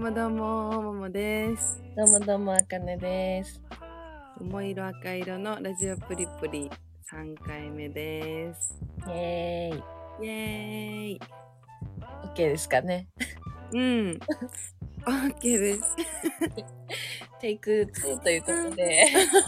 どうも、ももです。 どうもどうも、あかねです。 桃色赤色のラジオプリプリ3回目です。 イエーイ。 イエーイ。 OK ですかね。 うん。OK です。 テイク2ということで。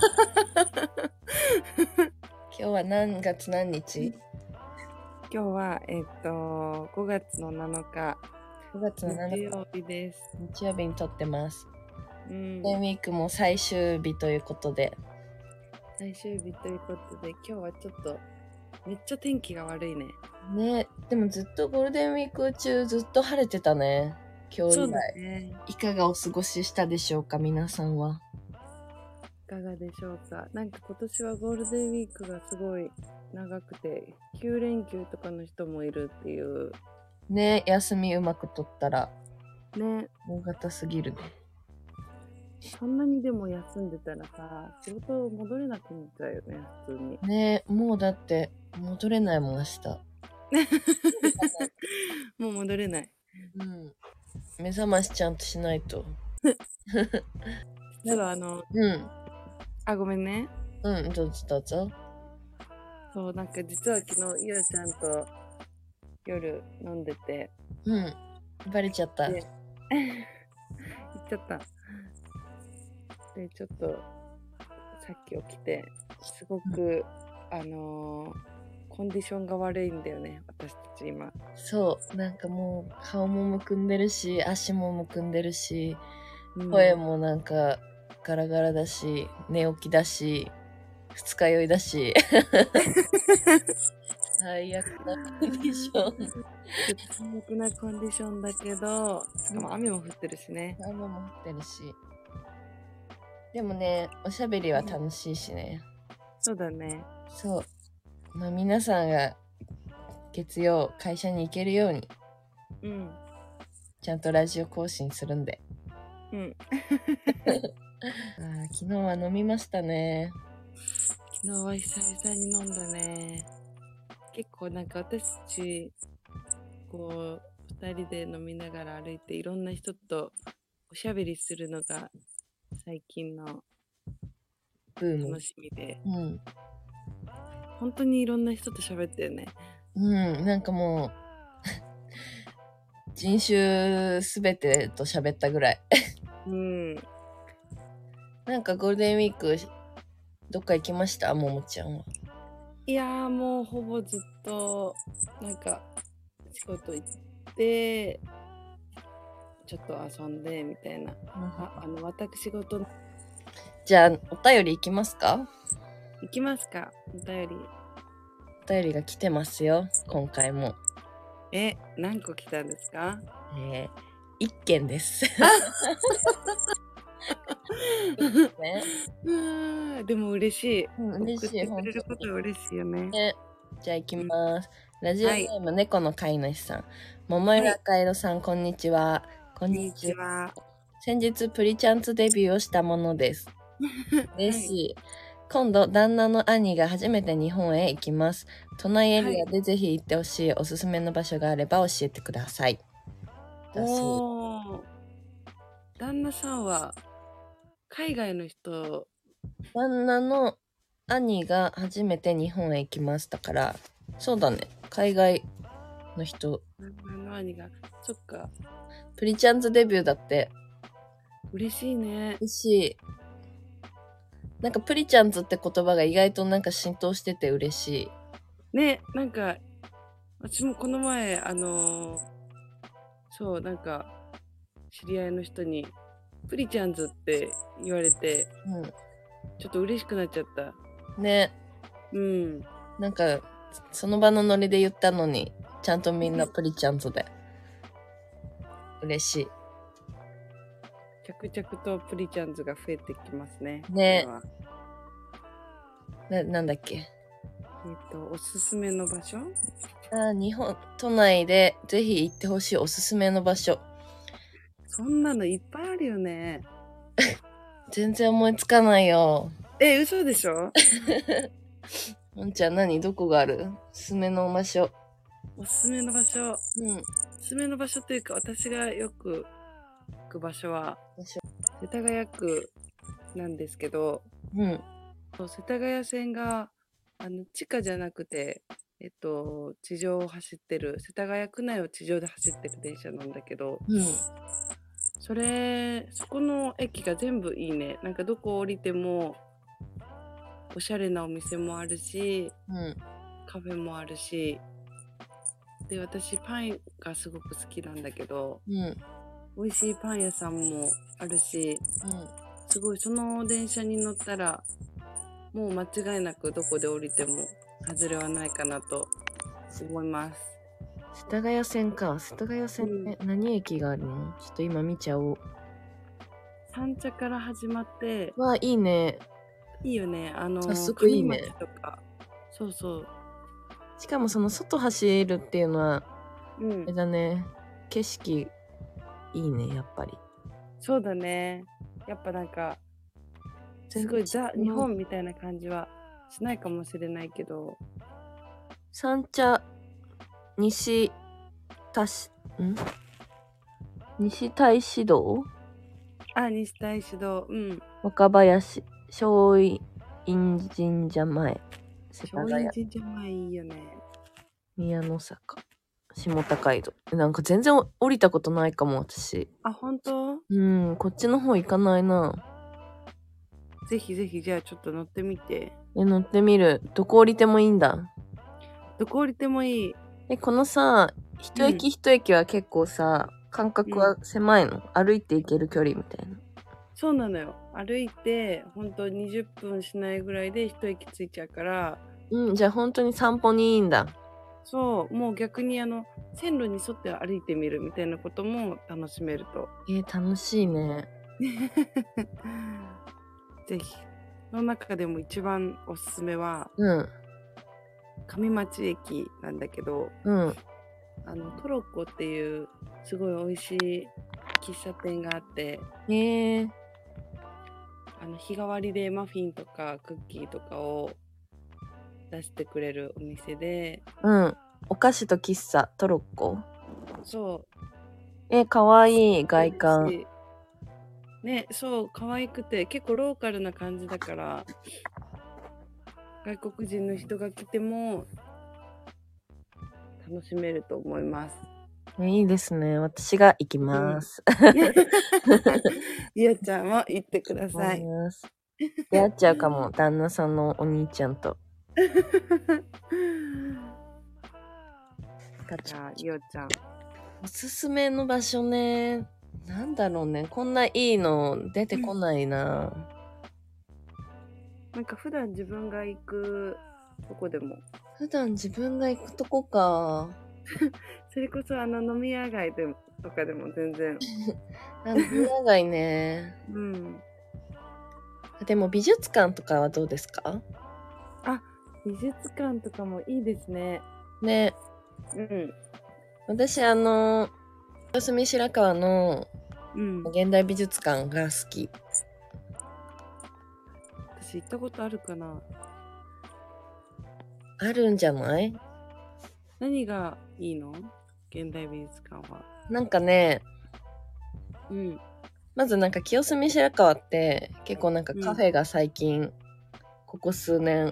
今日は何月何日？ 今日は、5月の7日、 5月の7日日曜日です。 日曜日に撮ってます。 うん。 ゴールデンウィークも最終日ということで。 最終日ということで、今日はちょっとめっちゃ天気が悪いね。 ね、でもずっとゴールデンウィーク中ずっと晴れてたね。今日以そうだ来。 ね。 いかがお過ごししたでしょうか、皆さんは。 いかがでしょうか。なんか今年はゴールデンウィークがすごい長くて、9連休とかの人もいるっていう。 ね、休みうまく取ったらね。 大型すぎるね。 そんなにでも休んでたらさ、仕事戻れなくなっちゃうよね、普通に。 ね、もうだって戻れないもん、明日。 もう戻れない。 うん。目覚ましちゃんとしないと。 実はうん。 ごめんね。 うん、どうぞどうぞ。 そう、なんか実は昨日、ゆうちゃんと夜飲んでて。 うん。バレちゃった。 で、行っちゃった。で、ちょっと、さっき起きて、すごく、コンディションが悪いんだよね、私たち今。 そう。なんかもう、顔もむくんでるし、足もむくんでるし、 うん、 声もなんか、ガラガラだし、寝起きだし、二日酔いだし。最悪なコンディション。 最悪なコンディションだけど、しかも雨も降ってるしね。 雨も降ってるし。でもね、おしゃべりは楽しいしね。 そうだね。 そう。まあ皆さんが月曜会社に行けるように、 うん。 ちゃんとラジオ更新するんで。 うん。 昨日は飲みましたね。 昨日は久々に飲んだね。結構なんか私たち、こう、二人で飲みながら歩いていろんな人とおしゃべりするのが最近のブーム。 楽しみで。 うん。 本当にいろんな人と喋ってよね。 うん、なんかもう、人種すべてと喋ったぐらい。 うん。 なんかゴールデンウィーク、どっか行きましたももちゃんは。 いやーもうほぼずっと、なんか、仕事行って、ちょっと遊んで、みたいな。私事、 じゃあ、お便り行きますか？ 行きますか？お便り。 お便りが来てますよ、今回も。 何個来たんですか一件です。 ね、でも嬉しい。 嬉しい、 送ってくれることは嬉しいよね。 じゃあ行きます。ラジオネーム、猫の飼い主さん。桃色赤色さん、こんにちは。 こんにちは。 先日、プリチャンツデビューをしたものです。嬉しい。今度、旦那の兄が初めて日本へ行きます。都内エリアでぜひ行ってほしいおすすめの場所があれば教えてください。 旦那さんは海外の人？ 旦那の兄が初めて日本へ行きましたから、そうだね。海外の人。 旦那の兄が、そっか。 プリチャンツデビューだって。 嬉しいね。 嬉しい。なんかプリチャンズって言葉が意外となんか浸透してて嬉しい。ね、なんか、私もこの前、そう、なんか、知り合いの人に、プリチャンズって言われて、ちょっと嬉しくなっちゃった。 ね。 うん。 なんか、その場のノリで言ったのに、ちゃんとみんなプリチャンズで。嬉しい。 着々とプリチャンズが増えてきますね。 ね。なんだっけ。 おすすめの場所？ 日本、都内でぜひ行ってほしいおすすめの場所。 そんなのいっぱいあるよね。 全然思いつかないよ。 嘘でしょ？ もんちゃんどこがある？おすすめの場所。 おすすめの場所。おすすめの場所というか、私がよくく場所は世田谷区なんですけど、 うん。 そう世田谷線が地下じゃなくて、地上を走ってる、世田谷区内を地上で走ってる電車なんだけど、 うん。 そこの駅が全部いいね。なんかどこ降りてもおしゃれなお店もあるし、 うん。 カフェもあるし、で私パンがすごく好きなんだけど、 うん。 美味しいパン屋さんもあるし、すごいその電車に乗ったらもう間違いなくどこで降りても外れはないかなと思います。 世田谷線か。世田谷線って何駅があるの？ちょっと今見ちゃおう。 三茶から始まって、 わあ、いいね。 いいよね。 早速いいね。 上町とか。そうそう。 しかもその外走るっていうのは、 うん。 あれだね。景色いいね、やっぱり。 そうだね。やっぱなんか、すごいザ・日本みたいな感じはしないかもしれないけど。 三茶、西大師道あ、西大師堂。うん。 若林、松陰神社前。世田松谷陰、神社前いいよね。 宮の坂。下高井戸。なんか全然降りたことないかも、私。 あ、本当？ うん、こっちの方行かないな。 ぜひぜひ、じゃあちょっと乗ってみて。 乗ってみる。どこ降りてもいいんだ。 どこ降りてもいい。 このさ、一駅一駅は結構さ、間隔は狭いの？歩いて行ける距離みたいな。 そうなのよ。歩いて、ほんと20分しないぐらいで一駅着いちゃうから。 うん、じゃあ本当に散歩にいいんだ。 そう、もう逆に線路に沿って歩いてみるみたいなことも楽しめると。 楽しいね。 ぜひ。の中でも一番おすすめは、 うん。 上町駅なんだけど、 うん。 トロッコっていうすごい美味しい喫茶店があって、 へえ。 日替わりでマフィンとかクッキーとかを出してくれるお店で、 うん。お菓子と喫茶、トロッコ。 そう。 かわいい外観。 ね、そう、可愛くて、結構ローカルな感じだから、外国人の人が来ても楽しめると思います。 いいですね。私が行きます。 りあちゃんも行ってください。 出会っちゃうかも、旦那さんのお兄ちゃんと。 じゃあ、りおちゃん。 おすすめの場所ね。なんだろうね。こんないいの出てこないな。 なんか普段自分が行くとこでも。 普段自分が行くとこか。 それこそ飲み屋街でもとかでも全然。 飲み屋街ね。 うん。 でも美術館とかはどうですか？ あ、美術館とかもいいですね。 ね。 うん。 私清澄白河の現代美術館が好き。 私行ったことあるかな？ あるんじゃない？ 何がいいの？現代美術館は。 なんかね、まずなんか清澄白河って結構なんかカフェが最近、ここ数年、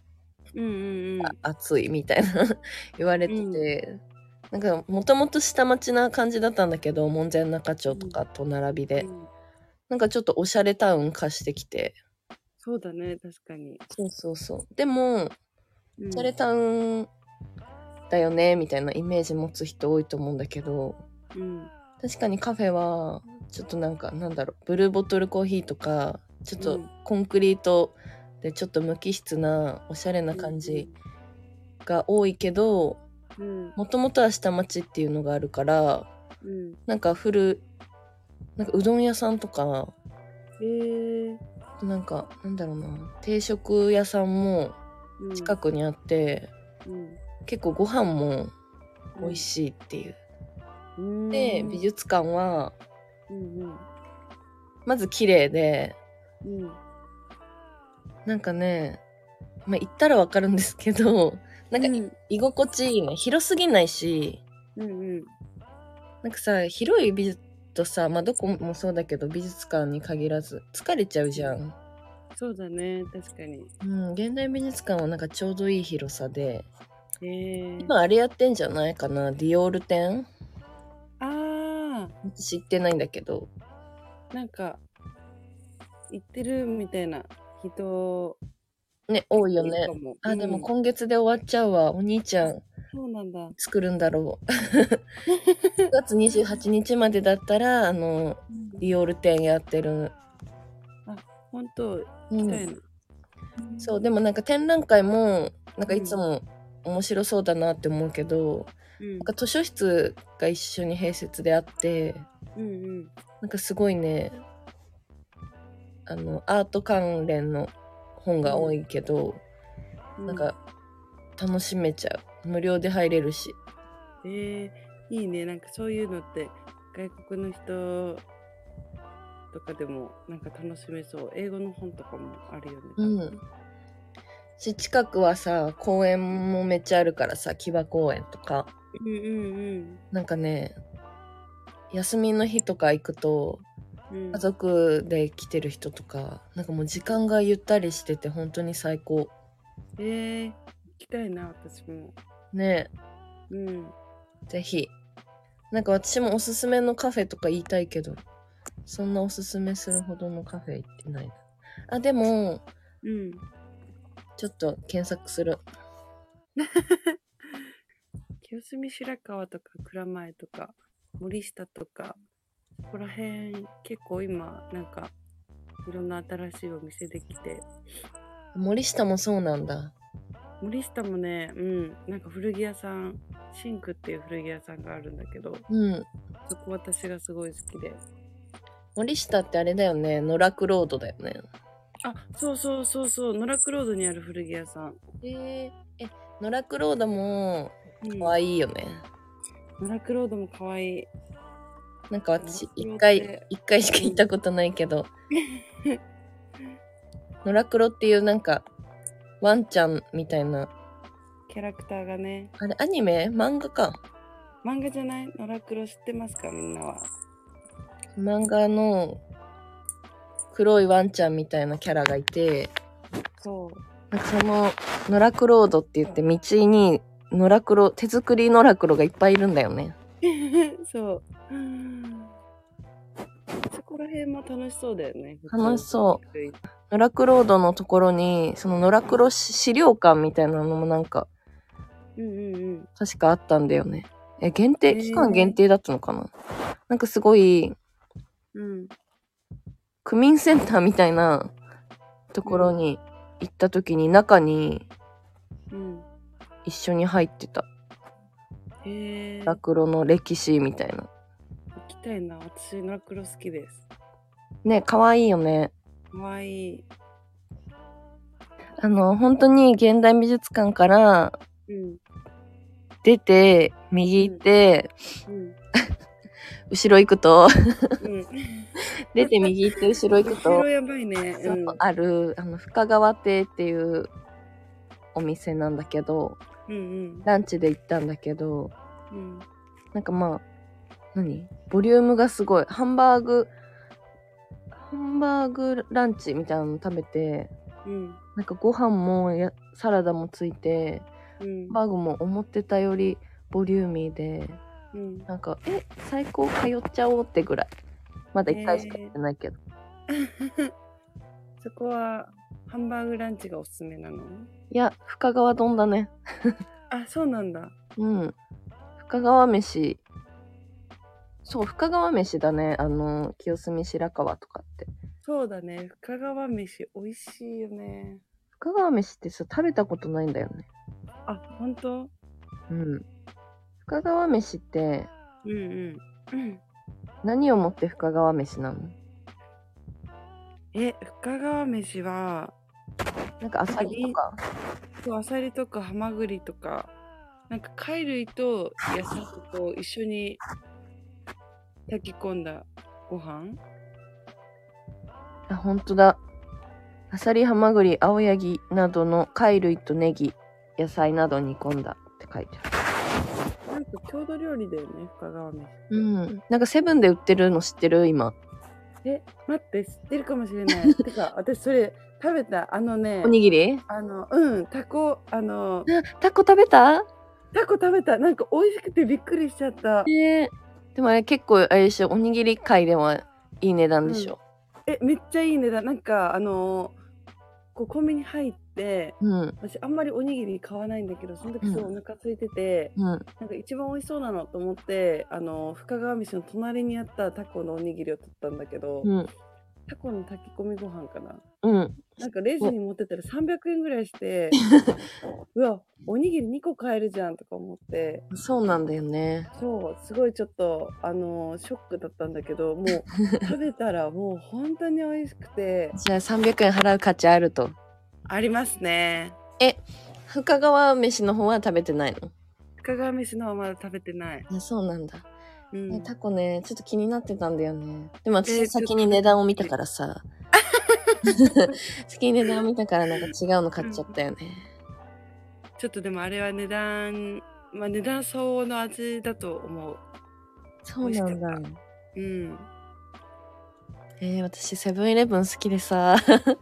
暑いみたいな言われてて、なんかもともと下町な感じだったんだけど、門前仲町とかと並びで、なんかちょっとおしゃれタウン化してきて。 そうだね、確かに。 そう。でも、おしゃれタウンだよねみたいなイメージ持つ人多いと思うんだけど、確かにカフェはちょっとなんかブルーボトルコーヒーとかちょっとコンクリートでちょっと無機質なおしゃれな感じが多いけど、もともとは下町っていうのがあるから、なんかうどん屋さんとか、なんか定食屋さんも近くにあって、結構ご飯も美味しいっていう。で、美術館は、まず綺麗で、なんかね、行ったらわかるんですけど、なんか居心地いいね。広すぎないし、なんかさ、広い美術とさ、まあどこもそうだけど美術館に限らず疲れちゃうじゃん。 そうだね、確かに。 現代美術館はなんかちょうどいい広さで、 へえ。 今あれやってんじゃないかな、ディオール展。 あ私行ってないんだけど。 ー、なんか、行ってるみたいな人、 ね、多いよねいるか。も。 あ、でもうん今月で終わっちゃうわ。お兄ちゃん、 そうなんだ。 作るんだろう。9月28日までだったら、ディオール展やってる。 ほんと、行きたいな。 そう、でもなんか展覧会も、なんかいつも面白そうだなって思うけど、 うんなんか図書室が一緒に併設であって、 うんなんかすごいね、アート関連の本が多いけど、 うん。 なんか楽しめちゃう。無料で入れるし。 いいね。なんかそういうのって外国の人とかでもなんか楽しめそう。英語の本とかもあるよね。 うん。近くはさ、公園もめっちゃあるからさ、木場公園とか。なんかね、休みの日とか行くと、家族で来てる人とか、なんかもう時間がゆったりしてて本当に最高。 行きたいな、私も。 ねえ。ぜひ。なんか私もおすすめのカフェとか言いたいけど、そんなおすすめするほどのカフェ行ってないな。あ、でも、ちょっと検索する。 清澄白河とか蔵前とか森下とか、ここら辺結構今なんかいろんな新しいお店できて。 森下もそうなんだ。 森下もね、なんか古着屋さん、シンクっていう古着屋さんがあるんだけど、そこ私がすごい好きで。 森下ってあれだよね、野楽ロードだよね。 あ、そうそうそうそう、野楽ロードにある古着屋さん。 野楽ロードも可愛いよね。 野楽ロードも可愛い。 なんか私一回しか行ったことないけど、野楽ロっていうなんかワンちゃんみたいなキャラクターがね。 あれアニメ？漫画か。 漫画じゃない？野楽ロ知ってますかみんなは。 漫画の黒いワンちゃんみたいなキャラがいて、 そう。 なんかその野楽ロードって言って道に野楽ロ、手作り野楽ロがいっぱいいるんだよね。 そう。そこら辺も楽しそうだよね。 楽しそう。野楽ロードのところに、その野楽ロ資料館みたいなのもなんか、確かあったんだよね。限定、期間限定だったのかな。なんかすごい、区民センターみたいなところに行った時に中に一緒に入ってた。ラクロの歴史みたいな。 行きたいな。私ラクロ好きです。 ね、かわいいよね。 かわいい。 本当に現代美術館から出て右行って、後ろ行くと出て右行って後ろ行くと後ろやばいね。 ある深川亭っていうお店なんだけど、ランチで行ったんだけど、なんかまあボリュームがすごい。ハンバーグランチみたいなの食べて、なんかご飯もサラダもついて、ハンバーグも思ってたよりボリューミーで、なんか最高通っちゃおうってぐらい。まだ1回しか行ってないけど。 そこはハンバーグランチがおすすめなの？ いや、深川丼だね。 あ、そうなんだ。 深川飯。そう、深川飯だね。清澄白河とかって。 そうだね。深川飯美味しいよね。 深川飯ってさ、食べたことないんだよね。 あ、ほんと？ 深川飯って、何をもって深川飯なの？ 深川飯は、 なんかアサリとか？ そう、アサリとかハマグリとか、なんか貝類と野菜と一緒に炊き込んだご飯？ あ、ほんとだ。アサリ、ハマグリ、青柳などの貝類とネギ、野菜など煮込んだって書いてある。 なんか郷土料理だよね、深川飯。 なんかセブンで売ってるの知ってる今。 待って、知ってるかもしれない。てか、私それ食べた。 おにぎり？ タコ、 タコ食べた？ タコ食べた。なんか美味しくてびっくりしちゃった。 でもあれ結構あれでしょ、おにぎり界ではいい値段でしょ。 めっちゃいい値段。なんかこうコンビニ入って、私あんまりおにぎり買わないんだけど、その時すごいお腹空いてて、なんか一番美味しそうなのと思って、深川飯の隣にあったタコのおにぎりを取ったんだけど、タコの炊き込みご飯かな。なんかレジに持ってたら300円ぐらいして、うわ、おにぎり2個買えるじゃんとか思って。 そうなんだよね。 そう、すごいちょっと、ショックだったんだけど、もう食べたらもう本当に美味しくて。 じゃあ300円払う価値あると。 ありますね。 深川飯の方は食べてないの？ 深川飯の方はまだ食べてない。 そうなんだ。タコね、ちょっと気になってたんだよね。でも私先に値段を見たからさ。先に値段を見たからなんか違うの買っちゃったよね。 ちょっとでもあれは値段相応の味だと思う。 そうなんだ。私セブンイレブン好きでさ。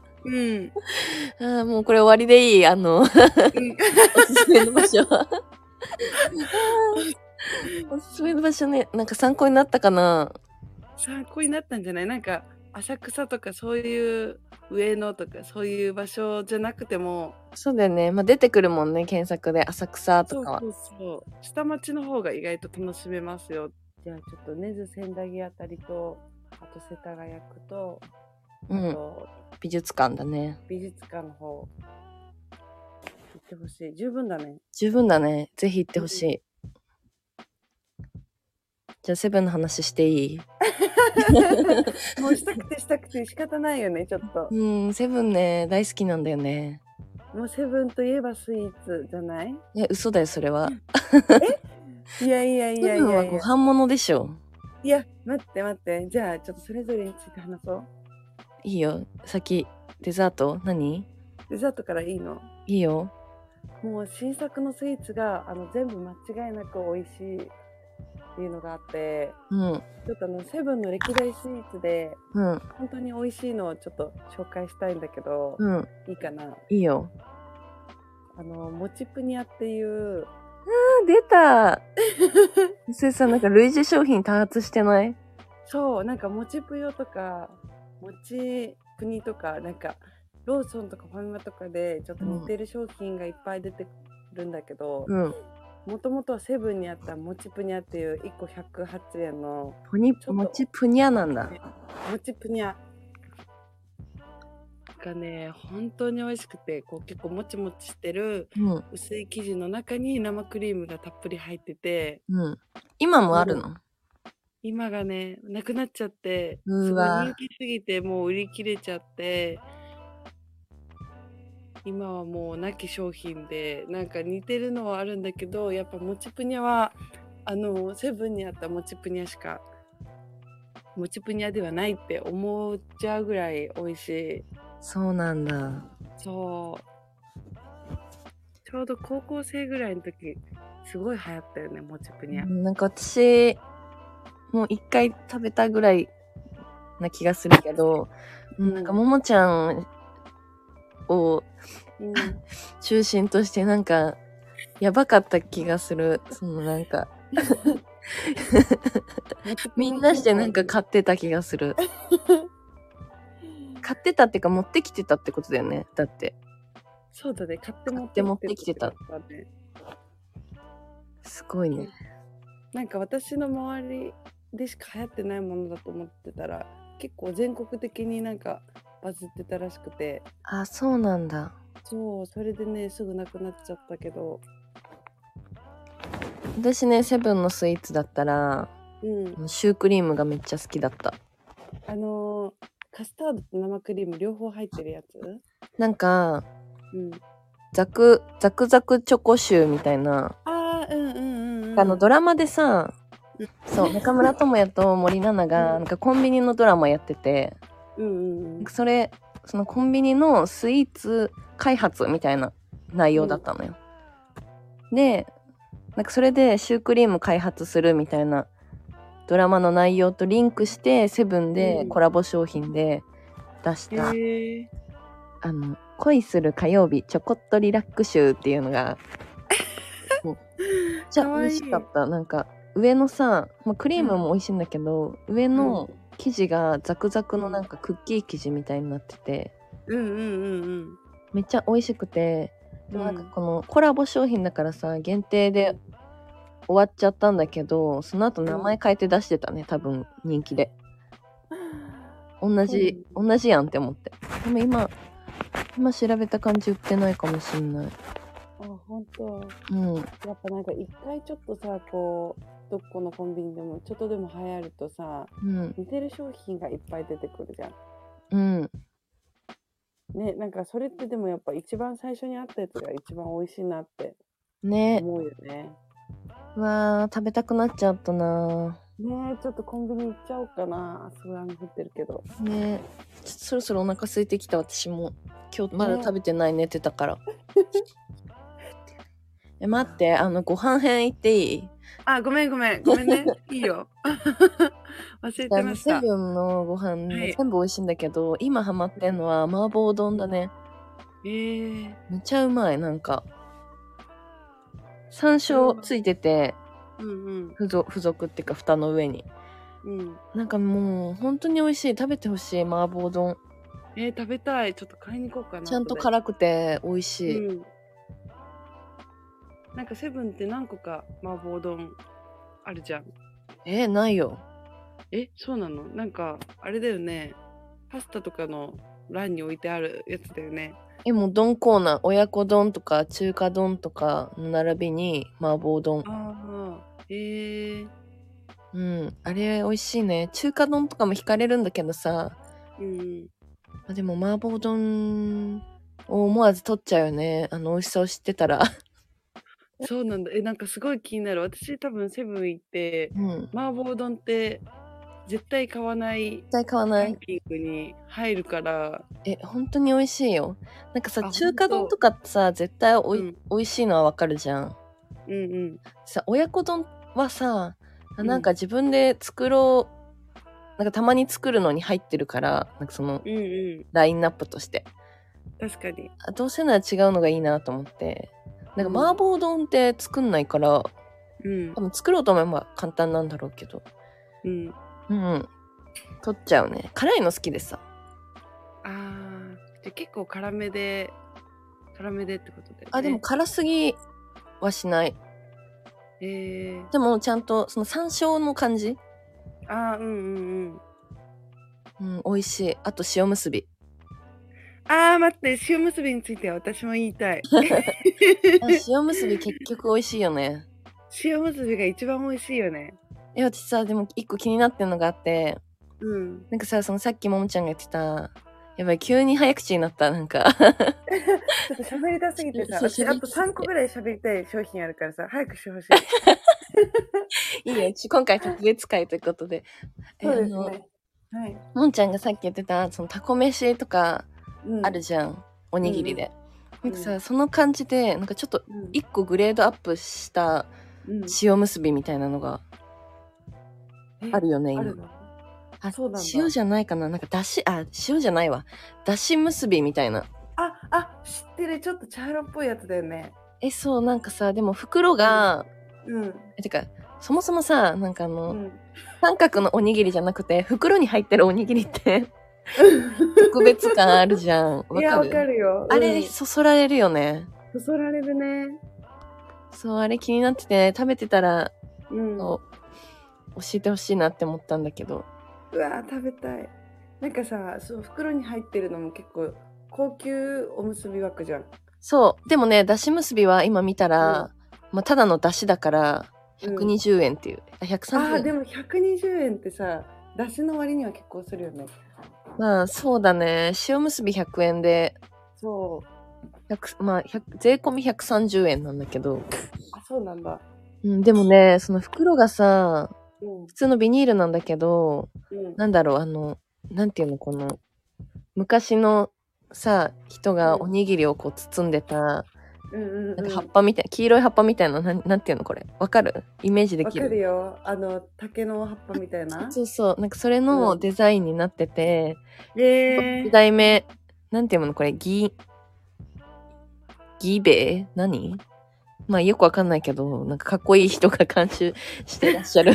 もうこれ終わりでいい。おすすめの場所。おすすめの場所ね、なんか参考になったかな？ 参考になったんじゃない？なんか浅草とかそういう上野とかそういう場所じゃなくても。 そうだよね。出てくるもんね、検索で浅草とかは。 そう。下町の方が意外と楽しめますよ。じゃあちょっと根津千駄木あたりと、あと世田谷区と、あと美術館だね。 美術館の方行ってほしい。十分だね。 十分だね。ぜひ行ってほしい。じゃあセブンの話していい？ もうしたくて仕方ないよね、ちょっと。 セブンね、大好きなんだよね。 もうセブンといえばスイーツじゃない？ いや、嘘だよ、それは。 いや。 セブンはご飯物でしょ。 いや、待って。じゃあ、ちょっとそれぞれについて話そう。 いいよ。先、デザート？何？ デザートからいいの？ いいよ。 もう新作のスイーツが全部間違いなく美味しいっていうのがあって、ちょっとセブンの歴代スイーツで、本当に美味しいのをちょっと紹介したいんだけど、いいかな？ いいよ。 もちぷにゃっていう。 出た。それさ、なんか類似商品多発してない？ そう、なんかもちぷよとかもちぷにとか、なんかローソンとかファミマとかでちょっと似てる商品がいっぱい出てくるんだけど、もともとはセブンにあったもちぷにゃっていう1個108円のもちぷにゃなんだ。 もちぷにゃがね、本当に美味しくて、こう結構もちもちしてる薄い生地の中に生クリームがたっぷり入ってて、 今もあるの？ 今がね、なくなっちゃって、すごい人気すぎてもう売り切れちゃって、今はもうなき商品で、なんか似てるのはあるんだけど、やっぱもちぷにゃはセブンにあったもちぷにゃしかもちぷにゃではないって思っちゃうぐらい美味しい。 そうなんだ。 そう。ちょうど高校生ぐらいの時、すごい流行ったよね、もちぷにゃ。 なんか私、もう一回食べたぐらいな気がするけど、なんかももちゃんを、中心としてなんか、やばかった気がする。なんか、みんなしてなんか買ってた気がする。買ってたっていうか持ってきてたってことだよね。だって。 そうだね、買って持ってきてた。すごいね。 なんか私の周りでしか流行ってないものだと思ってたら、結構全国的になんかバズってたらしくて。 あ、そうなんだ。 そう、それでね、すぐなくなっちゃったけど。 私ね、セブンのスイーツだったら、シュークリームがめっちゃ好きだった。 カスタードと生クリーム両方入ってるやつ？ なんか、ザクザクチョコシューみたいな。ドラマでさ、そう、中村倫也と森七菜が、なんかコンビニのドラマやってて、そのコンビニのスイーツ開発みたいな内容だったのよ。で、 なんかそれでシュークリーム開発するみたいなドラマの内容とリンクしてセブンでコラボ商品で出した、恋する火曜日ちょこっとリラックシューっていうのがめっちゃ美味しかった。なんか上のさ、まあ、クリームも美味しいんだけど、上の生地がザクザクのなんかクッキー生地みたいになってて、めっちゃ美味しくて、でもなんかこのコラボ商品だからさ、限定で終わっちゃったんだけど、その後名前変えて出してたね、多分人気で。同じやんって思って。でも今調べた感じ売ってないかもしんない。 あ、本当。 うん。 やっぱなんか一回ちょっとさ、こうどこのコンビニでもちょっとでも流行るとさ、似てる商品がいっぱい出てくるじゃん。 うん。 ね、なんかそれってでもやっぱ一番最初にあったやつが一番美味しいなってね。 思うよね。 うわー、食べたくなっちゃったなねえ、ちょっとコンビニ行っちゃおうかな。すごい雨降ってるけど。 ねえ、そろそろお腹空いてきた私も。今日まだ食べてない、寝てたから。待って、ご飯編行っていい？ あ、ごめんね。いいよ。忘れてました。 セブンのご飯、ね、全部美味しいんだけど、今ハマってんのは麻婆丼だね。めっちゃうまい、なんか。山椒ついてて、付属っていうか蓋の上に。なんかもう本当に美味しい。食べてほしい、麻婆丼。 食べたい。ちょっと買いに行こうかな。 ちゃんと辛くて美味しい。 なんかセブンって何個か麻婆丼あるじゃん。 ないよ。 そうなの？なんかあれだよね。パスタとかの欄に置いてあるやつだよね。 もう丼コーナー、親子丼とか中華丼とかの並びに麻婆丼。うん、あれ美味しいね。中華丼とかも惹かれるんだけどさ。でも麻婆丼を思わず取っちゃうよね。美味しさを知ってたら。 そうなんだ。なんかすごい気になる。私多分セブン行って、麻婆丼って絶対買わない。ランキングに入るから。 本当に美味しいよ。なんかさ、中華丼とかってさ、絶対美味しいのはわかるじゃん。さ、親子丼はさ、なんか自分で作ろう、なんかたまに作るのに入ってるから、なんかその、ラインナップとして。 確かに。 どうせなら違うのがいいなと思って。なんか麻婆丼って作んないから、多分作ろうと思えば簡単なんだろうけど。取っちゃうね。辛いの好きでさ。 じゃあ結構辛めでってことだよね。 でも辛すぎはしない。でもちゃんとその山椒の感じ。美味しい。あと塩むすび。 待って、塩むすびについては私も言いたい。 塩むすび結局美味しいよね。 塩むすびが一番美味しいよね。 私さ、でも一個気になってるのがあって、なんかさ、そのさっきももちゃんが言ってた、やばい、急に早口になった、なんか。 ちょっと喋りたすぎてさ、私あと3個ぐらい喋りたい商品あるからさ、早くしてほしい。いいよ、今回特別会ということで。 そうですね。はい。 もんちゃんがさっき言ってた、そのタコ飯とかあるじゃん、おにぎりで。なんかさ、その感じで、なんかちょっと一個グレードアップした塩むすびみたいなのがあるよね、今。塩じゃないかな、なんかだし、塩じゃないわ。だしむすびみたいな。 知ってる。ちょっと茶色っぽいやつだよね。 そう、なんかさ、でも袋が、てか、そもそもさ、なんか三角のおにぎりじゃなくて、袋に入ってるおにぎりって、特別感あるじゃん。 いや、わかるよ。 あれ、そそられるよね。 そそられるね。 そう、あれ気になってて、食べてたら、教えてほしいなって思ったんだけど。 うわー、食べたい。なんかさ、そう袋に入ってるのも結構高級おむすび枠じゃん。 そう。でもね、だしむすびは今見たら、ただのだしだから、120円っていう。130円。 でも120円ってさ、だしの割には結構するよね。 そうだね。塩むすび100円で。 そう。 税込み130円なんだけど。 そうなんだ。 でもね、その袋がさ、普通のビニールなんだけど、なんだろう、なんていうの、この、昔のさ、人がおにぎりをこう包んでた、 なんか葉っぱみたいな、黄色い葉っぱみたいな、なんていうのこれ。わかる？イメージできる？ わかるよ。竹の葉っぱみたいな。 そうそう。なんかそれのデザインになってて、1代目、なんていうのこれ、ギベ何？まあよくわかんないけど、なんかかっこいい人が監修してらっしゃる。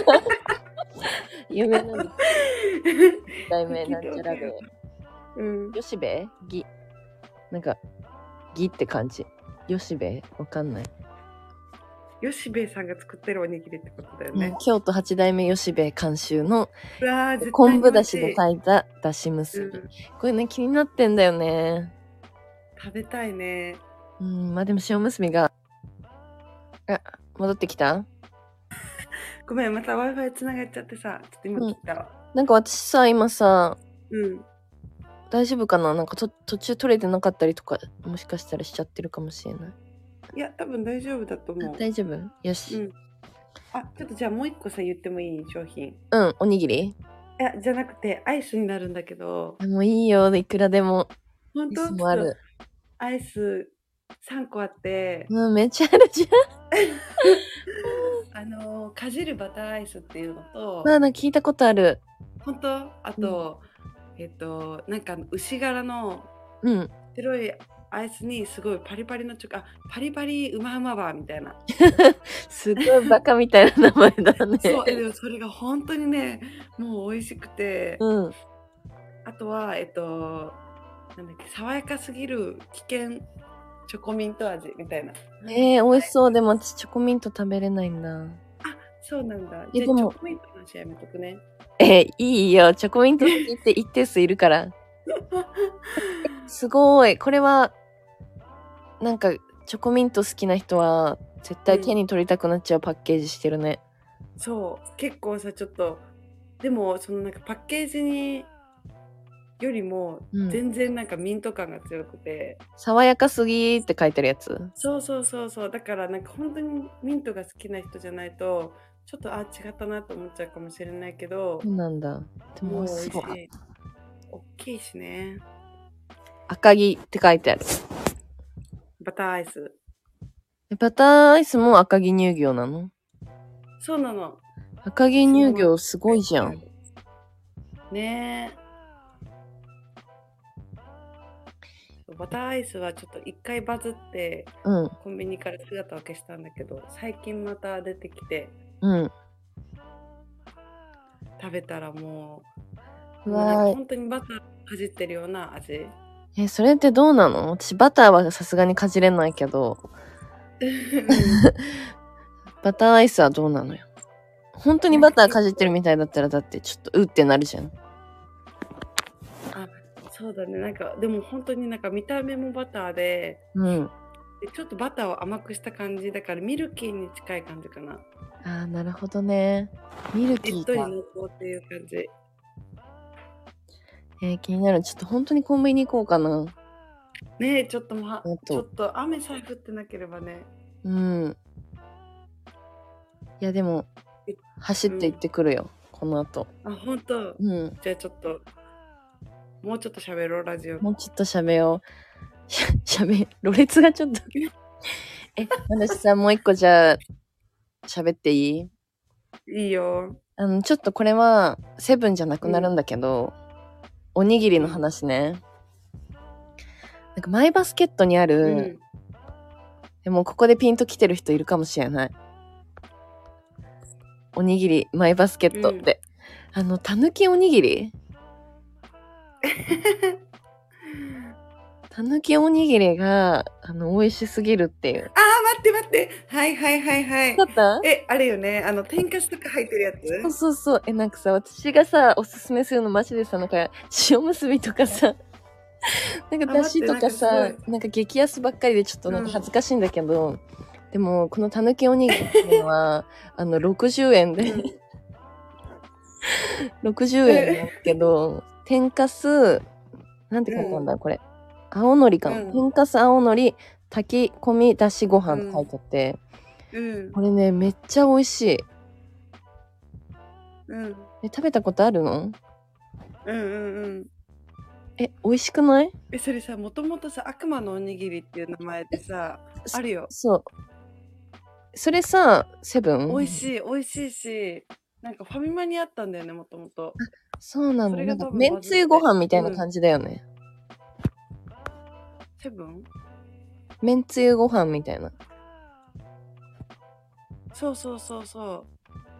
有名なんです。題名なんちゃらで。よしべなんか、ギって感じ。よしべわかんない。 よしべさんが作ってるおにぎりってことだよね。 京都8代目よしべ監修の昆布だしで炊いただし結び。これね、気になってんだよね。 食べたいね。 まあでも塩むすびが、戻ってきた？ ごめん、また Wi-Fi つながっちゃってさ、ちょっと今聞いたわ。 なんか私さ、今さ、大丈夫かな？なんか途中取れてなかったりとか、もしかしたらしちゃってるかもしれない。 いや、多分大丈夫だと思う。 大丈夫？よし。 ちょっとじゃあもう一個さ、言ってもいい？商品。 おにぎり？ いや、じゃなくて、アイスになるんだけど。 もういいよ、いくらでも。 本当？ もある。 アイス3個あって。 めっちゃあるじゃん。かじるバターアイスっていうのと。 なんか聞いたことある。 本当？あと、なんか牛柄の白いアイスにすごいパリパリのパリパリうまうまバーみたいな。 すごいバカみたいな名前だね。 そう、でもそれが本当にね、もう美味しくて。あとはなんだっけ、爽やかすぎる危険チョコミント味みたいな。 美味しそう。でも私チョコミント食べれないんだ。 あ、そうなんだ。じゃあチョコミントの話やめとくね。 いいよ。チョコミント好きって一定数いるから。すごい。これは、なんか、チョコミント好きな人は、絶対手に取りたくなっちゃうパッケージしてるね。 そう。結構さ、ちょっと、でも、そのなんかパッケージに、よりも、全然なんかミント感が強くて。 爽やかすぎって書いてるやつ。 そうそうそうそう。だからなんか本当にミントが好きな人じゃないと、ちょっと違ったなと思っちゃうかもしれないけど。 そうなんだ。 でも美味しい。大きいしね。 赤城って書いてある。 バターアイス。 バターアイスも赤城乳業なの？ そうなの。 赤城乳業すごいじゃん。 ねえ。バターアイスはちょっと一回バズって、コンビニから姿を消したんだけど、最近また出てきて、食べたらもう、本当にバターかじってるような味。 それってどうなの？私バターはさすがにかじれないけどバターアイスはどうなのよ？本当にバターかじってるみたいだったらだってちょっとってなるじゃん。 そうだね。なんかでも本当になんか見た目もバターで、でちょっとバターを甘くした感じだからミルキーに近い感じかな。 なるほどね。ミルキーか。 しっとり濃厚っていう感じ。 気になる。ちょっと本当にコンビニ行こうかな。 ねえ、ちょっと雨さえ降ってなければね。 いやでも走って行ってくるよ、この後。 本当。じゃあちょっともうちょっと喋ろう、ラジオ。 もうちょっと喋よう。ろれつがちょっと私さ、もう一個じゃあ喋っていい？ いいよ。 ちょっとこれはセブンじゃなくなるんだけど、おにぎりの話ね。なんかマイバスケットにある、でもここでピンときてる人いるかもしれない。おにぎり、マイバスケットって。たぬきおにぎりたぬきおにぎりが、美味しすぎるっていう。 待って。はい。 だった？ あれよね。天かすとか入ってるやつ？ そう。なんかさ、私がさ、おすすめするのマジでさ、なんか、塩むすびとかさ、なんかだしとかさ、なんか激安ばっかりでちょっとなんか恥ずかしいんだけど、でも、このたぬきおにぎりっていうのは、60円で、60円なんですけど、天かす、なんて書いてあるんだ、これ。青のりかな。天かす青のり、炊き込みだしご飯って書いてあって、これね、めっちゃ美味しい。食べたことあるの？ 美味しくない？ それさ、もともとさ、悪魔のおにぎりっていう名前でさ、あるよ。 そう。それさ、セブン？ 美味しい、美味しいし、なんかファミマにあったんだよね、もともと。 そうなんだ。 それが多分めんバズって。 つゆご飯みたいな感じだよね。 セブン？ めんつゆご飯みたいな。 そうそうそうそ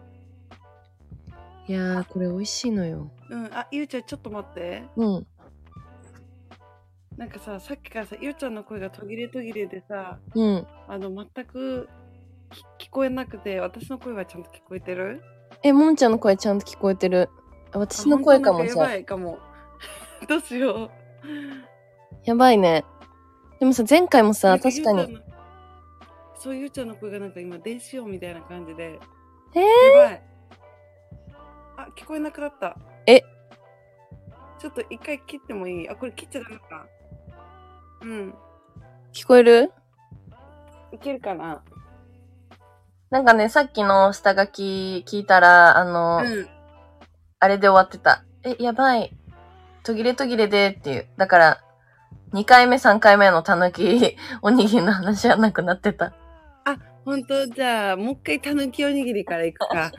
いやー、これ美味しいのよ。 う。ゆうちゃんちょっと待って。 うん。 なんかさ、さっきからさ、ゆうちゃんの声が途切れ途切れでさ、 うん。 全く聞こえなくて、私の声はちゃんと聞こえてる？ もんちゃんの声ちゃんと聞こえてる。私の本当なんかや声かもさ。 ばいかも。どうしよう。 やばいね。でもさ、前回もさ、 なんか確かに。 そう、ゆうちゃんの声がなんか今、電子音みたいな感じで。 えー、 やばい。聞こえなくなった。ちょっと一回切ってもいい？これ切っちゃダメか。うん。 聞こえる？ いけるかな？ なんかね、さっきの下書き聞いたら、あれで終わってた。やばい。途切れ途切れでっていう。だから、2回目、3回目のたぬきおにぎりの話はなくなってた。 ほんと？じゃあ、もう一回たぬきおにぎりからいくか。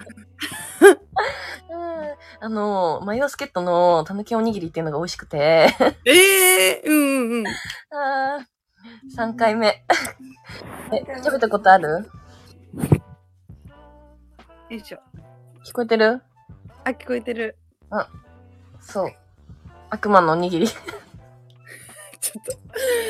マヨスケットのたぬきおにぎりっていうのが美味しくて。 うん。 3回目。食べたことある？ よいしょ。 聞こえてる？ 聞こえてる。 そう。悪魔のおにぎり。ちょっと。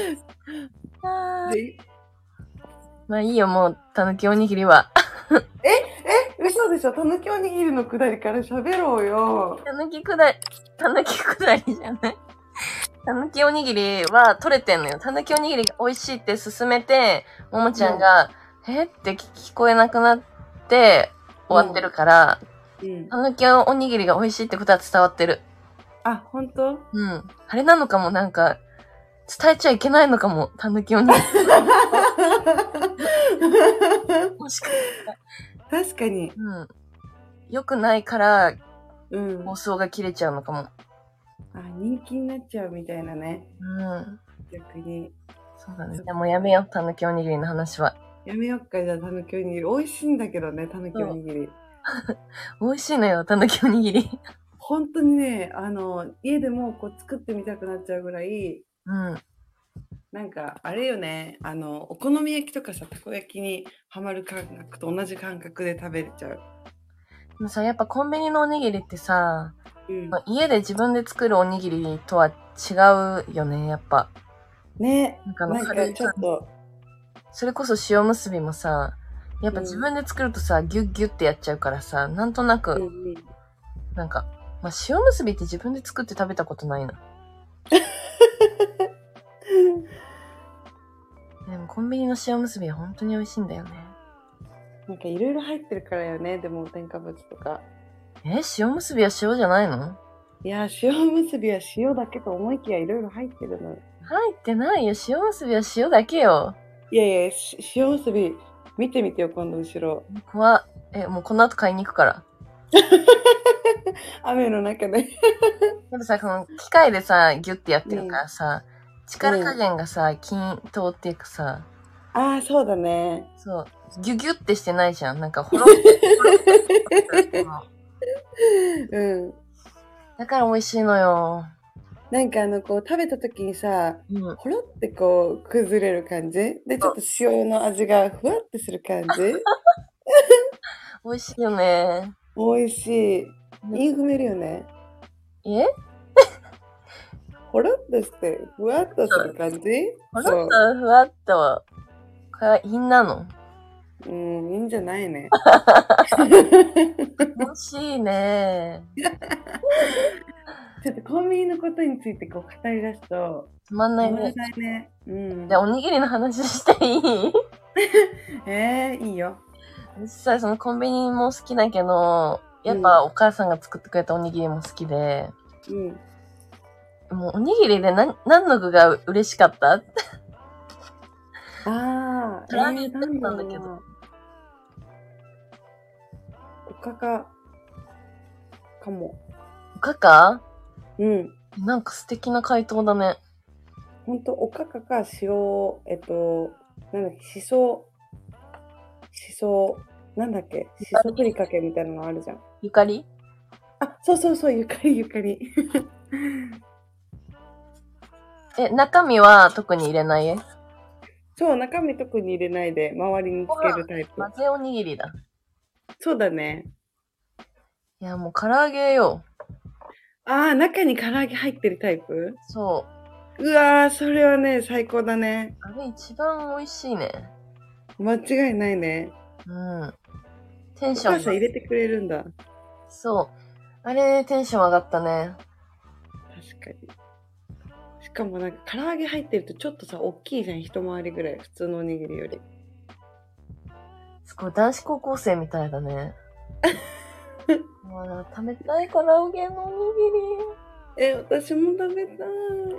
まあいいよ、もう、たぬきおにぎりは。 嘘でしょ？たぬきおにぎりのくだりから喋ろうよ。 たぬきくだりじゃない。たぬきおにぎりは取れてんのよ。たぬきおにぎりが美味しいって勧めて、ももちゃんが、って聞こえなくなって終わってるから、たぬきおにぎりが美味しいってことは伝わってる。 ほんと？ うん。あれなのかも、なんか、伝えちゃいけないのかも、たぬきおにぎり。もしかしたら。確かに。 うん。良くないから、 放送が切れちゃうのかも。 人気になっちゃうみたいなね。 逆に。 そうだね。じゃあもうやめよう、たぬきおにぎりの話は。 やめよっか、じゃあたぬきおにぎり。美味しいんだけどね、たぬきおにぎり。 美味しいのよ、たぬきおにぎり。 本当にね、家でもこう作ってみたくなっちゃうぐらい、なんか、あれよね、お好み焼きとかさ、たこ焼きにハマる感覚と同じ感覚で食べれちゃう。 でもさ、やっぱコンビニのおにぎりってさ、家で自分で作るおにぎりとは違うよね、やっぱ。 ね、なんかちょっと。 それこそ塩むすびもさ、やっぱ自分で作るとさ、ギュッギュッってやっちゃうからさ、なんとなく、なんか、塩むすびって自分で作って食べたことないな。でもコンビニの塩むすびは本当に美味しいんだよね。 なんかいろいろ入ってるからよね、でも添加物とか。 塩むすびは塩じゃないの？ いや、塩むすびは塩だけと思いきやいろいろ入ってるの。 入ってないよ。塩むすびは塩だけよ。 いや、塩むすび見てみてよ、今度後ろ。 怖っ。もうこの後買いに行くから。 雨の中で。 でもさ、この機械でさ、ギュッてやってるからさ、力加減がさ、均等っていうかさ。 そうだね。 そう。ギュギュってしてないじゃん。なんか、ほろって。だから美味しいのよ。 なんかこう食べた時にさ、ほろってこう崩れる感じで、ちょっと塩の味がふわってする感じ。 美味しいよね。 美味しい。韻踏めるよね。ほろっとしてふわっとする感じ。 ほろっとふわっと。これは韻なの？ いいんじゃないね。 美味しいね。 ちょっとコンビニのことについてこう語り出すとつまんないね。じゃあおにぎりの話していいいいよ。 実際そのコンビニも好きだけど、やっぱお母さんが作ってくれたおにぎりも好きで、もうおにぎりで何の具が嬉しかった？唐揚げだったんだけど。 おかかかも。 おかか？ うん。 なんか素敵な回答だね。 ほんと、おかかか塩、なんだっけ、しそ、なんだっけ、しそふりかけみたいなのあるじゃん。 ゆかり？ あ、そうそうそう、ゆかりゆかり。 中身は特に入れない？ そう、中身特に入れないで、周りにつけるタイプ。 混ぜおにぎりだ。 そうだね。 いや、もう唐揚げよ。 ああ、中に唐揚げ入ってるタイプ？ そう。 うわー、それはね、最高だね。 あれ一番美味しいね。 間違いないね。 うん。テンおションが。 母さん入れてくれるんだ。 そう。あれ、テンション上がったね。 確かに。しかもなんか唐揚げ入ってるとちょっとさ、大きいじゃん、一回りぐらい。普通のおにぎりより。 すごい、男子高校生みたいだね。もう食べたい唐揚げのおに私も食べたい。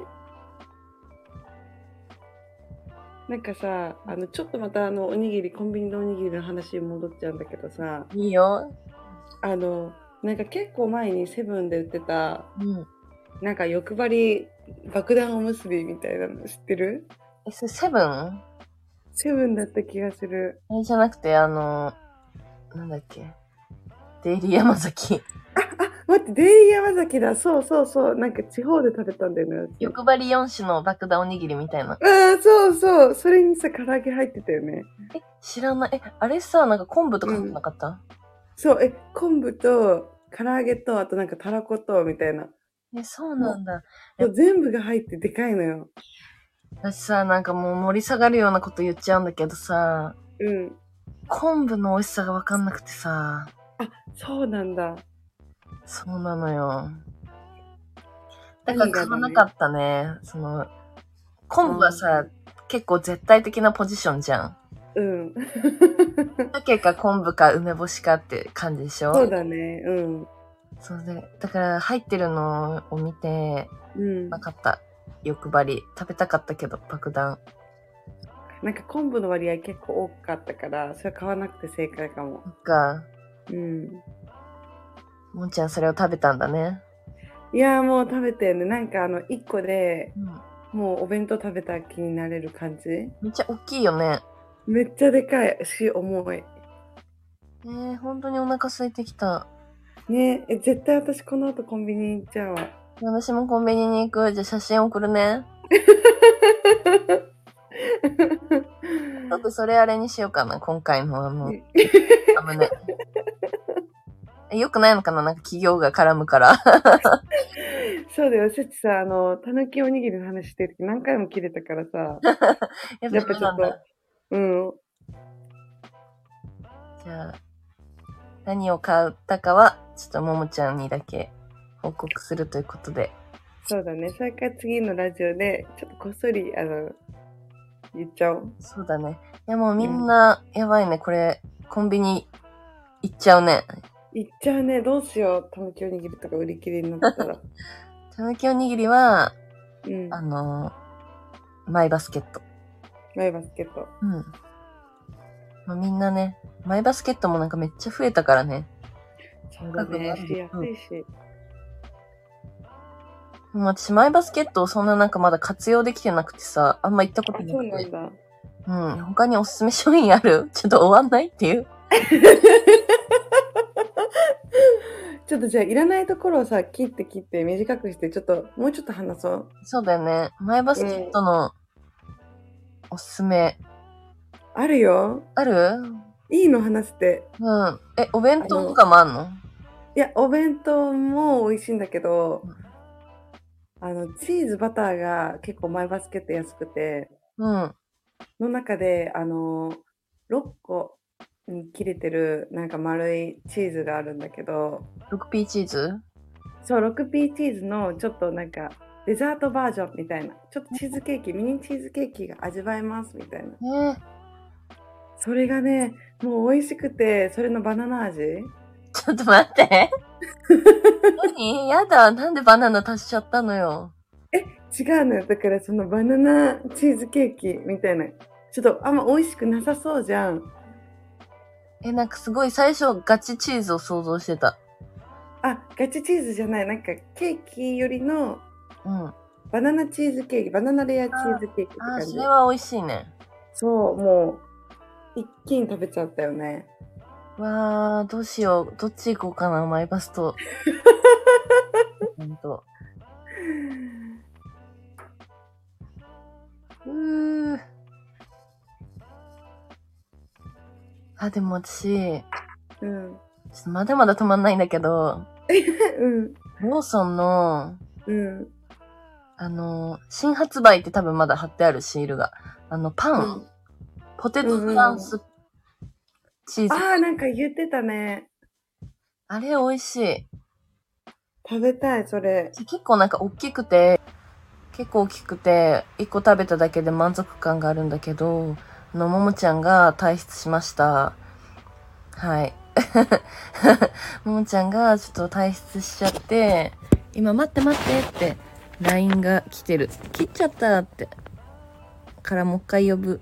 なんかさ、ちょっとまたおにぎり、コンビニのおにぎりの話に戻っちゃうんだけどさ、 ぎり。いいよ。 なんか結構前にセブンで売ってた、 うん。 なんか欲張り爆弾おむすびみたいなの知ってる？ それセブン？ セブンだった気がする。 あれじゃなくて、なんだっけ。デイリー山崎。 待って、デイリー山崎だ。そうそうそう。なんか地方で食べたんだよね。 欲張り4種の爆弾おにぎりみたいな。 ああ、そうそう。それにさ、唐揚げ入ってたよね。 知らない。あれさ、なんか昆布とか入ってなかった？ そう、昆布と、唐揚げと、あとなんかたらこと、みたいな。 そうなんだ。 そう全部が入ってでかいのよ。 私さ、なんかもう盛り下がるようなこと言っちゃうんだけどさ、 うん。 昆布の美味しさがわかんなくてさ、 あ、そうなんだ。 そうなのよ。だから何がダメ？ 買わなかったね。昆布はさ、結構絶対的なポジションじゃん。 うん。 鮭か昆布か梅干しかって感じでしょ？ そうだね。うん。 そうで、だから入ってるのを見て、 うん。 なかった。欲張り。食べたかったけど、爆弾。 なんか昆布の割合結構多かったから、それ買わなくて正解かも。 そっか。 うん。 もんちゃんそれを食べたんだね。 いやーもう食べてね。なんか1個で、 うん。 もうお弁当食べた気になれる感じ。 めっちゃ大きいよね。 めっちゃでかいし、重い。 本当にお腹空いてきた。 ねえ、絶対私この後コンビニ行っちゃうわ。 私もコンビニに行く。じゃあ写真送るね。ちょっとそれあれにしようかな、今回のサムネ。よくないのかな、なんか企業が絡むから。 そうだよ、せちさ、たぬきおにぎりの話してる時何回も切れたからさ。 ややっぱちょっと、うん。 じゃあ、何を買ったかは、ちょっとももちゃんにだけ報告するということで。 そうだね。それから次のラジオで、ちょっとこっそり、言っちゃおう。 そうだね。いやもうみんな、やばいね。これ、コンビニ行っちゃうね。 行っちゃうね。どうしよう。たぬきおにぎりとか売り切れになったら。 たぬきおにぎりは、 うん。 マイバスケット。 マイバスケット。 うん。まあ、みんなね、マイバスケットもなんかめっちゃ増えたからね。 そうだね。安いし。 もう私、マイバスケットをそんななんかまだ活用できてなくてさ、あんま行ったことなくて。 そうなんだ。 うん。他におすすめ商品ある？ちょっと終わんないっていう。 ちょっとじゃあ、いらないところをさ、切って短くして、ちょっと、もうちょっと話そう。 そうだよね。マイバスケットのおすすめ。 あるよ。 ある？ いいの話して。 うん。お弁当とかもあんの？ いや、お弁当も美味しいんだけど、チーズバターが結構マイバスケット安くて、 うん。 の中で、6個に切れてる、なんか丸いチーズがあるんだけど、 6P チーズ？ そう、6P チーズのちょっとなんか、デザートバージョンみたいな、ちょっとチーズケーキ、ミニチーズケーキが味わえますみたいな。それがね、もう美味しくて、それのバナナ味。 ちょっと待って。何？やだ。なんでバナナ足しちゃったのよ。 違うのよ。だからそのバナナチーズケーキみたいな。ちょっとあんま美味しくなさそうじゃん。 なんかすごい最初ガチチーズを想像してた。 あ、ガチチーズじゃない。なんかケーキよりのうん。 バナナチーズケーキ、バナナレアチーズケーキってああ、 感じ。 それは美味しいね。 そう、もう、一気に食べちゃったよね。 わあ、どうしよう。どっち行こうかな、マイバスと。ほんと。あ、でも私、 うん。 ちょっとまだまだ止まんないんだけど、 うん。 ローソンの、 うん。 新発売って多分まだ貼ってあるシールが。パン、 うん。 ポテトうんフランスチーズ。 ああ、なんか言ってたね。 あれ美味しい。 食べたい、それ。 結構なんか結構大きくて、一個食べただけで満足感があるんだけど、ももちゃんが退出しました。はい。ももちゃんがちょっと退出しちゃって、今待って待ってって LINE が来てる。切っちゃったって。からもう一回呼ぶ。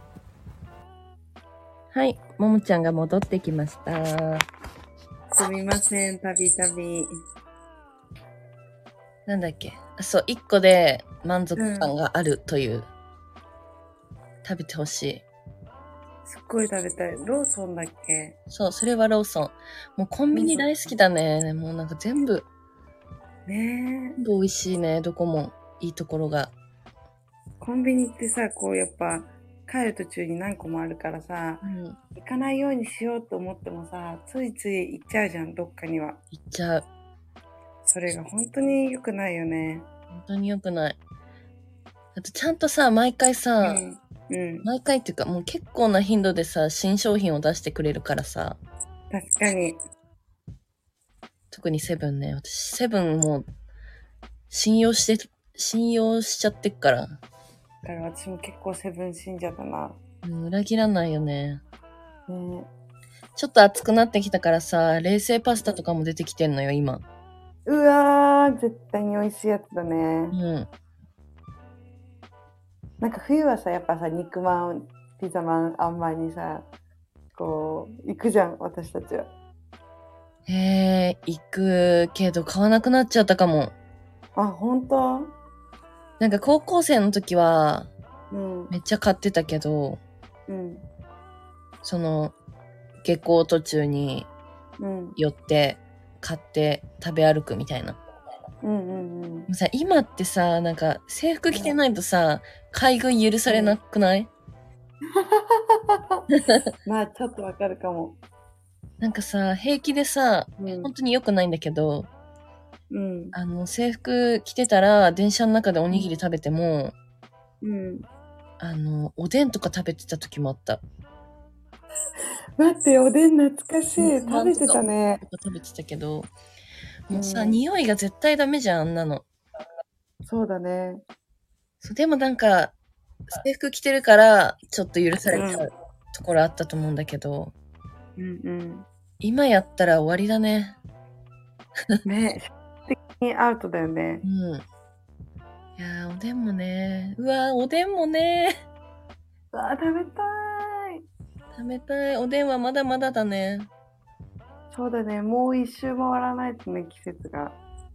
はい。ももちゃんが戻ってきました。 すみません、たびたび。 なんだっけ。そう、一個で満足感があるという。食べてほしい。 すっごい食べたい。ローソンだっけ？ そう、それはローソン。もうコンビニ大好きだね。もうなんか全部。 ねえ。 全部美味しいね。どこも。いいところが。 コンビニってさ、こうやっぱ帰る途中に何個もあるからさ、 うん。 行かないようにしようと思ってもさ、ついつい行っちゃうじゃん、どっかには。 いっちゃう。 それが本当に良くないよね。 本当に良くない。あとちゃんとさ、毎回さ、 うん。 毎回っていうかもう結構な頻度でさ、新商品を出してくれるからさ。 確かに。 特にセブンね。私、セブンもう、信用しちゃってっから。 だから私も結構セブン信者だな。 裏切らないよね。 ね、 ちょっと暑くなってきたからさ、冷製パスタとかも出てきてんのよ、今。 うわー、絶対に美味しいやつだね。 うん。 なんか冬はさ、やっぱさ、肉まん、ピザまん、あんまんにさ、こう、行くじゃん、私たちは。 行くけど買わなくなっちゃったかも。 あ、本当？ なんか高校生の時は、 うん。 めっちゃ買ってたけど、 うん。 その、下校途中にうん。 寄って買って食べ歩くみたいな。 うんうんうん。 もうさ、今ってさ、なんか制服着てないとさ、買い食い許されなくない？ まあ、ちょっとわかるかも。 なんかさ、平気でさ、 うん。 本当に良くないんだけど、 うん。 制服着てたら電車の中でおにぎり食べても、 うん。 おでんとか食べてた時もあった。 待って、おでん懐かしい。 肉ま食べてんとかたね。 食べてたけど、もうさ、 うん。 匂いが絶対ダメじゃん、あんなの。 そうだね。 そう、でもなんか、制服着てるから、ちょっと許されちゃううところあったと思うんだけど、 んうん。 今やったら終わりだね。 ね、的にアウトだよね。 うん。いやー、おでんもね。うわー、おでんもね。 あ、食べたい。 食べたい。おでんはまだまだだね。 そうだね。もう一周回らないとね、季節が。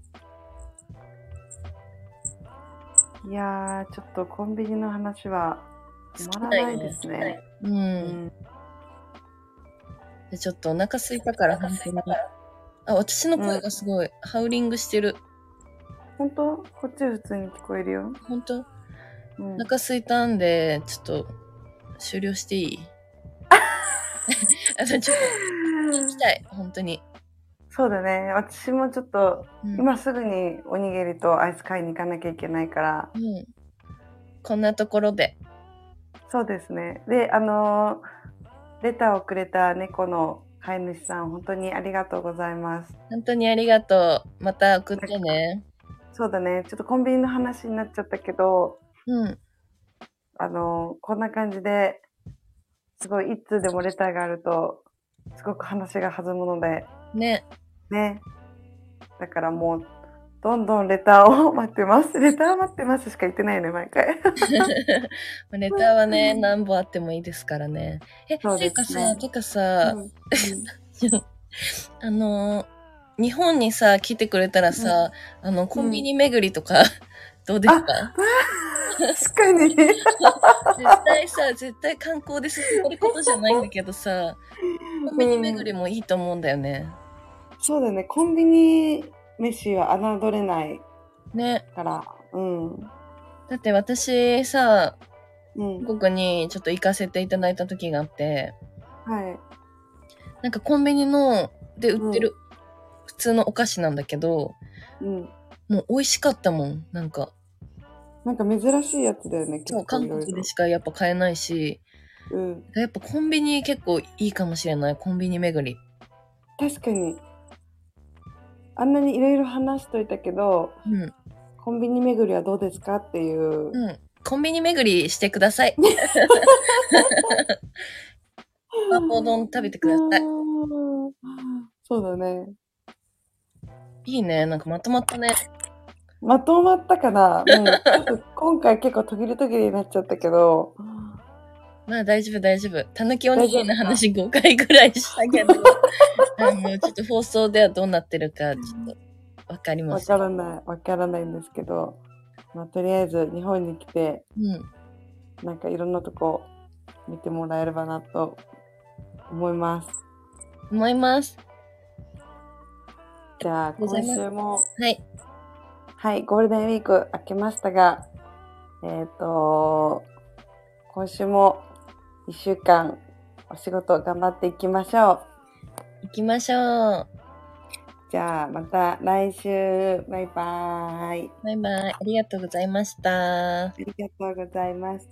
いやー、ちょっとコンビニの話は止まらないですね。 うん。でちょっとお腹空いたから本当に。あ、私の声がすごい、ハウリングしてる。 本当？こっちは普通に聞こえるよ。 本当？ うん。 お腹空いたんで、ちょっと、終了していい？ちょっと、行きたい。本当に。 そうだね。私もちょっと、 うん。 今すぐにおにぎりとアイス買いに行かなきゃいけないから。 うん。こんなところで。 そうですね。で、レターをくれた猫の飼い主さん、本当にありがとうございます。 本当にありがとう。また送ってね。 そうだね。ちょっとコンビニの話になっちゃったけど、 うん。 こんな感じで、すごい一通でもレターがあると、すごく話が弾むので、 ね。 ね。だからもう、どんどんレターを待ってます。レター待ってますしか言ってないね、毎回。 レターはね、何本あってもいいですからね。 そうですね。 てかさ、 うんうん、 あの、 日本にさ、来てくれたらさ、コンビニ巡りとか、どうですか？ 確かに。 絶対観光で進めることじゃないんだけどさ、コンビニ巡りもいいと思うんだよね。 そうだね。コンビニ飯は侮れないね。 から。うん。 だって私さ、 うん。 韓国にちょっと行かせていただいた時があって、 はい。 なんかコンビニで売ってる普通のお菓子なんだけど、 うん。 もう美味しかったもん、なんか。 なんか珍しいやつだよね、結そう、韓構いろいろ。 国でしかやっぱ買えないし、 うん。 やっぱコンビニ結構いいかもしれない、コンビニ巡り。 確かに。あんなにいろいろ話しといたけど、 うん。 コンビニ巡りはどうですかっていう。 うん。コンビニ巡りしてください。パーポー丼食べてください。 そうだね。 いいね、なんかまとまったね。 まとまったかな、ちょっと今回結構途切れ途切れになっちゃったけど。 まあ大丈夫大丈夫。たぬきおにぎりの話5回ぐらいしたけど、ちょっと放送ではどうなってるか、ちょっとわかりません。 わからないんですけど、まあとりあえず日本に来て、なんかいろんなとこ見てもらえればなと思います。じゃあ今週も、はい、ゴールデンウィーク明けましたが、今週も1週間お仕事頑張っていきましょう。 行きましょう。 じゃあまた来週。バイバーイ。 バイバイ。ありがとうございました。 ありがとうございました。